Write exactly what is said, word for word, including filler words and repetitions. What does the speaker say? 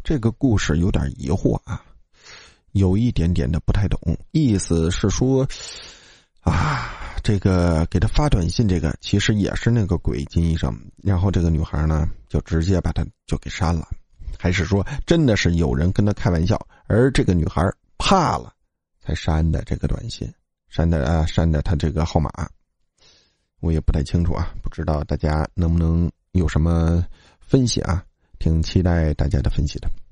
这个故事有点疑惑啊，有一点点的不太懂。意思是说啊，这个给他发短信这个其实也是那个鬼金医生，然后这个女孩呢就直接把他就给删了，还是说真的是有人跟他开玩笑，而这个女孩怕了才删的这个短信，删的啊删的他这个号码，我也不太清楚啊，不知道大家能不能有什么分析啊，挺期待大家的分析的。